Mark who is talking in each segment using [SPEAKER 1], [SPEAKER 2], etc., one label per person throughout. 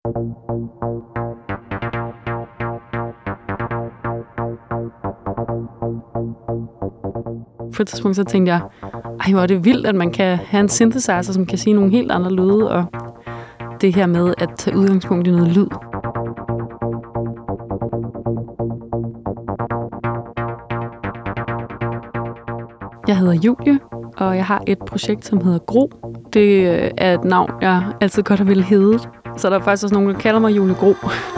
[SPEAKER 1] På et tidspunkt så tænkte jeg, hvor er det vildt, at man kan have en synthesizer, som kan sige nogle helt andre lyde, og det her med at tage udgangspunkt i noget lyd. Jeg hedder Julie, og jeg har et projekt, som hedder Gro. Det er et navn, jeg altid godt har ville hedde. Så der er faktisk også nogen, der kalder mig Julie Gro.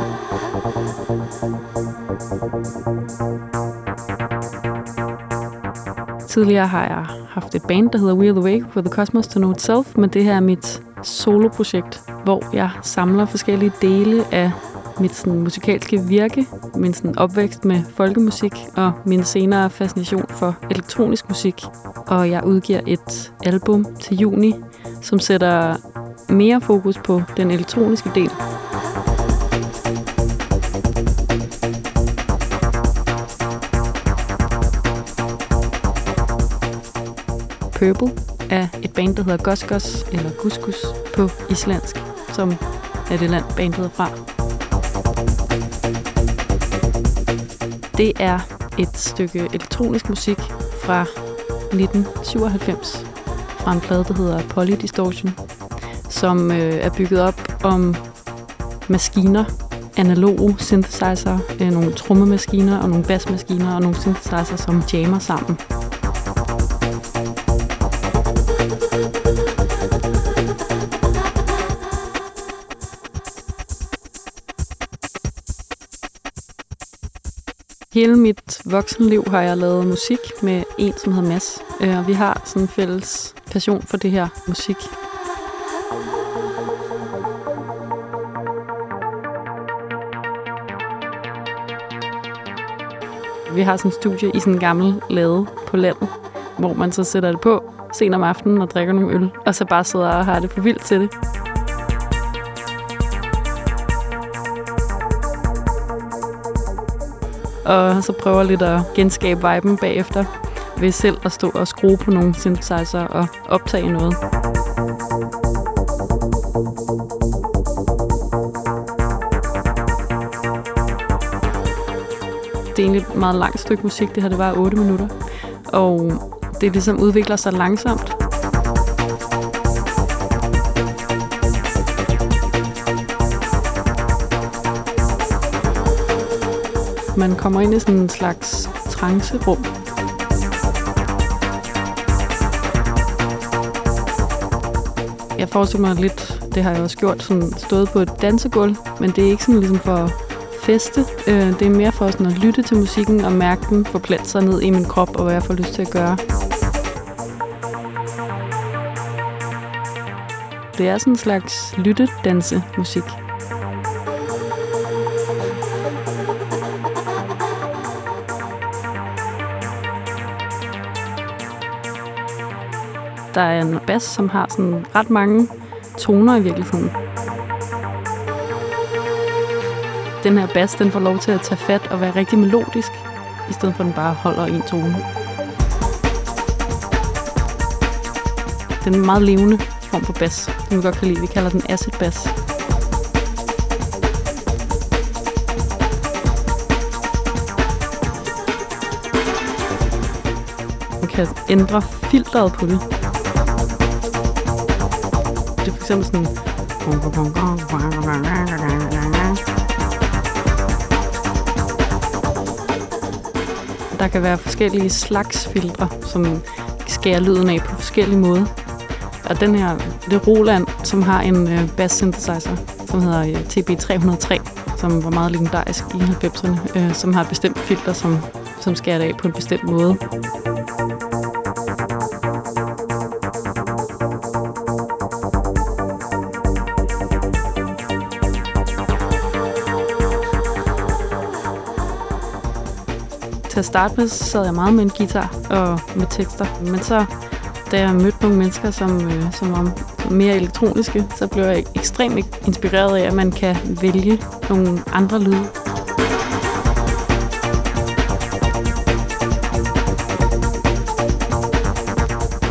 [SPEAKER 1] Tidligere har jeg haft et band, der hedder We Are The Way for the Cosmos to Know Itself, men det her er mit soloprojekt, hvor jeg samler forskellige dele af mit sådan, musikalske virke, min sådan, opvækst med folkemusik og min senere fascination for elektronisk musik. Og jeg udgiver et album til juni, som sætter mere fokus på den elektroniske del. Purple er et band, der hedder Gus Gus, eller Gus Gus på islandsk, som er det land, bandet er fra. Det er et stykke elektronisk musik fra 1997, fra en plade, der hedder Polydistortion, som er bygget op om maskiner, analoge synthesizer, nogle trommemaskiner og nogle bassmaskiner og nogle synthesizer, som jammer sammen. Hele mit voksenliv har jeg lavet musik med en, som hedder Mads. Og vi har sådan en fælles passion for det her musik. Vi har sådan en studie i sådan en gammel lade på landet, hvor man så sætter det på sent om aftenen og drikker nogle øl, og så bare sidder og har det for vildt til det. Og så prøver lidt at genskabe viben bagefter ved selv at stå og skrue på nogle synthesizer og optage noget. Det er egentlig et meget langt stykke musik, det her, det var 8 minutter. Og det ligesom udvikler sig langsomt. Man kommer ind i sådan en slags trancerum. Jeg forestiller mig lidt, det har jeg også gjort, sådan stået på et dansegulv, men det er ikke sådan ligesom for at feste. Det er mere for sådan at lytte til musikken og mærke den forplante sig ned i min krop, og hvad jeg får lyst til at gøre. Det er sådan en slags lyttedansemusik. Der er en bass, som har sådan ret mange toner i virkeligheden. Den her bass, den får lov til at tage fat og være rigtig melodisk, i stedet for at den bare holder en tone. Den er en meget levende form for bass, som vi godt kan lide. Vi kalder den acid bass. Man kan ændre filteret på det. Det er for eksempel sådan... Der kan være forskellige slags filtre, som skærer lyden af på forskellige måder. Og den her, det er Roland, som har en bass synthesizer, som hedder TB303, som var meget legendarisk i 90'erne, som har et bestemt filter, som skærer det af på en bestemt måde. Til at starte med, så sad jeg meget med en guitar og med tekster. Men så, da jeg mødte nogle mennesker, som var mere elektroniske, så blev jeg ekstremt inspireret af, at man kan vælge nogle andre lyde.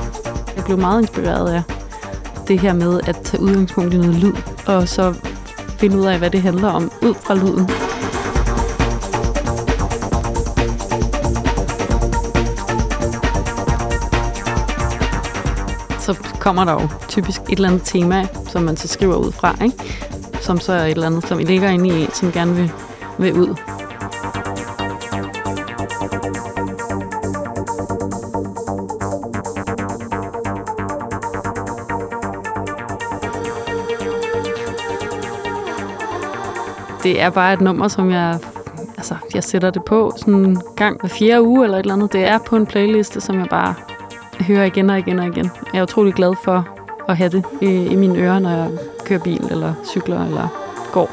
[SPEAKER 1] blev meget inspireret af det her med at tage udgangspunkt i noget lyd, og så finde ud af, hvad det handler om, ud fra lyden. Så kommer der jo typisk et eller andet tema, som man så skriver ud fra, ikke? Som så er et eller andet, som ligger inde i en, som gerne vil ud. Det er bare et nummer, som jeg sætter det på sådan en gang hver 4. uge eller et eller andet. Det er på en playliste, som jeg bare hører igen og igen og igen. Jeg er utrolig glad for at have det i mine ører, når jeg kører bil eller cykler eller går.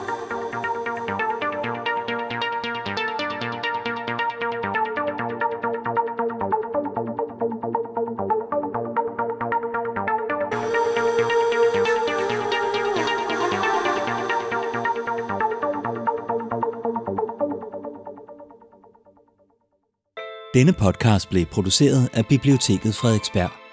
[SPEAKER 2] Denne podcast blev produceret af Biblioteket Frederiksberg.